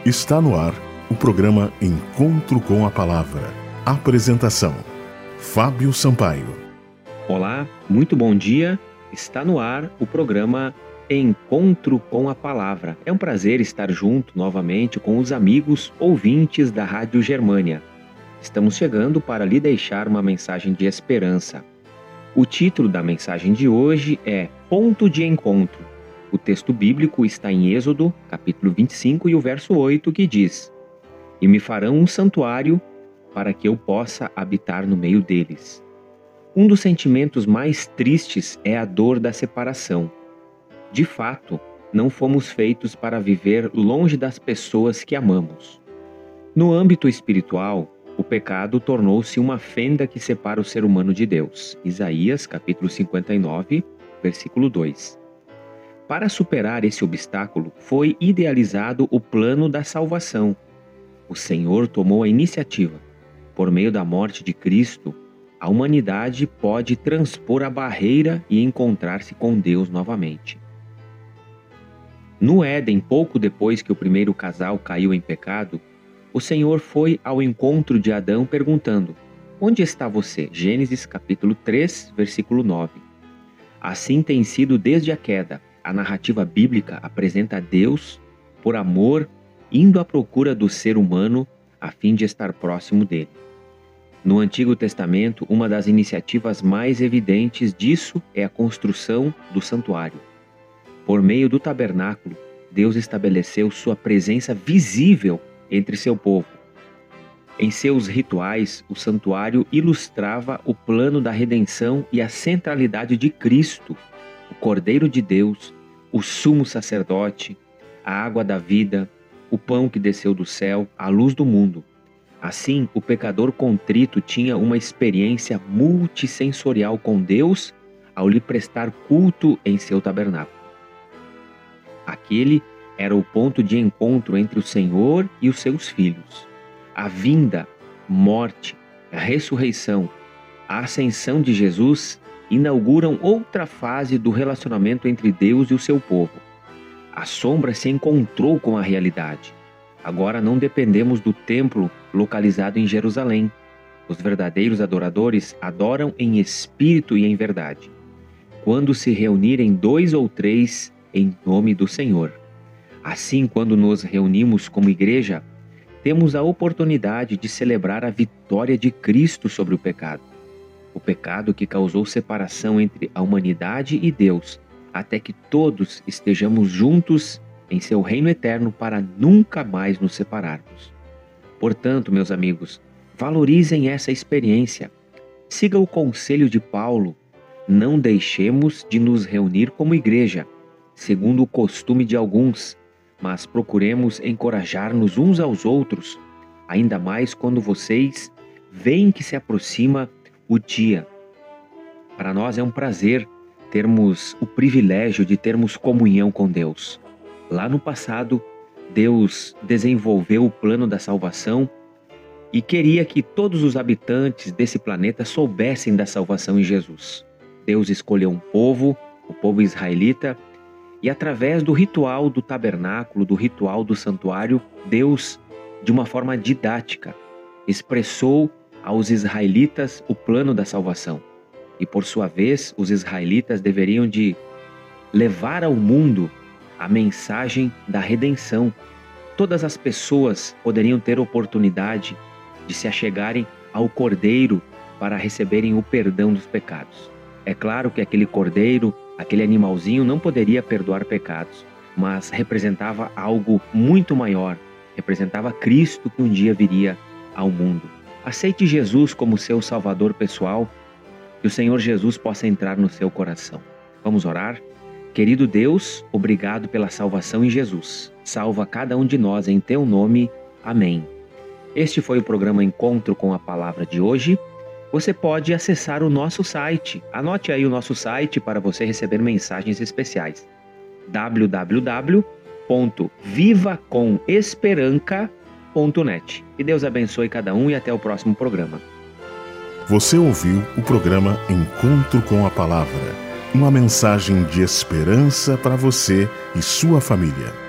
Está no ar o programa Encontro com a Palavra. Apresentação: Fábio Sampaio. Olá, muito bom dia. Está no ar o programa Encontro com a Palavra. É um prazer estar junto novamente com os amigos ouvintes da Rádio Germânia. Estamos chegando para lhe deixar uma mensagem de esperança. O título da mensagem de hoje é Ponto de Encontro. O texto bíblico está em Êxodo, capítulo 25, e o verso 8, que diz: E me farão um santuário para que eu possa habitar no meio deles. Um dos sentimentos mais tristes é a dor da separação. De fato, não fomos feitos para viver longe das pessoas que amamos. No âmbito espiritual, o pecado tornou-se uma fenda que separa o ser humano de Deus. Isaías, capítulo 59, versículo 2. Para superar esse obstáculo, foi idealizado o plano da salvação. O Senhor tomou a iniciativa. Por meio da morte de Cristo, a humanidade pode transpor a barreira e encontrar-se com Deus novamente. No Éden, pouco depois que o primeiro casal caiu em pecado, o Senhor foi ao encontro de Adão perguntando: Onde está você? Gênesis capítulo 3, versículo 9. Assim tem sido desde a queda. A narrativa bíblica apresenta Deus, por amor, indo à procura do ser humano a fim de estar próximo dele. No Antigo Testamento, uma das iniciativas mais evidentes disso é a construção do santuário. Por meio do tabernáculo, Deus estabeleceu sua presença visível entre seu povo. Em seus rituais, o santuário ilustrava o plano da redenção e a centralidade de Cristo, o Cordeiro de Deus, o sumo sacerdote, a água da vida, o pão que desceu do céu, a luz do mundo. Assim, o pecador contrito tinha uma experiência multissensorial com Deus ao lhe prestar culto em seu tabernáculo. Aquele era o ponto de encontro entre o Senhor e os seus filhos. A vinda, morte, a ressurreição, a ascensão de Jesus inauguram outra fase do relacionamento entre Deus e o seu povo. A sombra se encontrou com a realidade. Agora não dependemos do templo localizado em Jerusalém. Os verdadeiros adoradores adoram em espírito e em verdade, quando se reunirem 2 ou 3 em nome do Senhor. Assim, quando nos reunimos como igreja, temos a oportunidade de celebrar a vitória de Cristo sobre o pecado. O pecado que causou separação entre a humanidade e Deus, até que todos estejamos juntos em seu reino eterno para nunca mais nos separarmos. Portanto, meus amigos, valorizem essa experiência. Siga o conselho de Paulo: não deixemos de nos reunir como igreja, segundo o costume de alguns, mas procuremos encorajar-nos uns aos outros, ainda mais quando vocês veem que se aproxima o dia. Para nós é um prazer termos o privilégio de termos comunhão com Deus. Lá no passado, Deus desenvolveu o plano da salvação e queria que todos os habitantes desse planeta soubessem da salvação em Jesus. Deus escolheu um povo, o povo israelita, e através do ritual do tabernáculo, do ritual do santuário, Deus, de uma forma didática, expressou aos israelitas o plano da salvação. E por sua vez, os israelitas deveriam de levar ao mundo a mensagem da redenção. Todas as pessoas poderiam ter oportunidade de se achegarem ao Cordeiro para receberem o perdão dos pecados. É claro que aquele Cordeiro, aquele animalzinho, não poderia perdoar pecados, mas representava algo muito maior, representava Cristo que um dia viria ao mundo. Aceite Jesus como seu Salvador pessoal, que o Senhor Jesus possa entrar no seu coração. Vamos orar? Querido Deus, obrigado pela salvação em Jesus. Salva cada um de nós em teu nome. Amém. Este foi o programa Encontro com a Palavra de hoje. Você pode acessar o nosso site. Anote aí o nosso site para você receber mensagens especiais. www.vivacomesperanca.net. Que Deus abençoe cada um e até o próximo programa. Você ouviu o programa Encontro com a Palavra. Uma mensagem de esperança para você e sua família.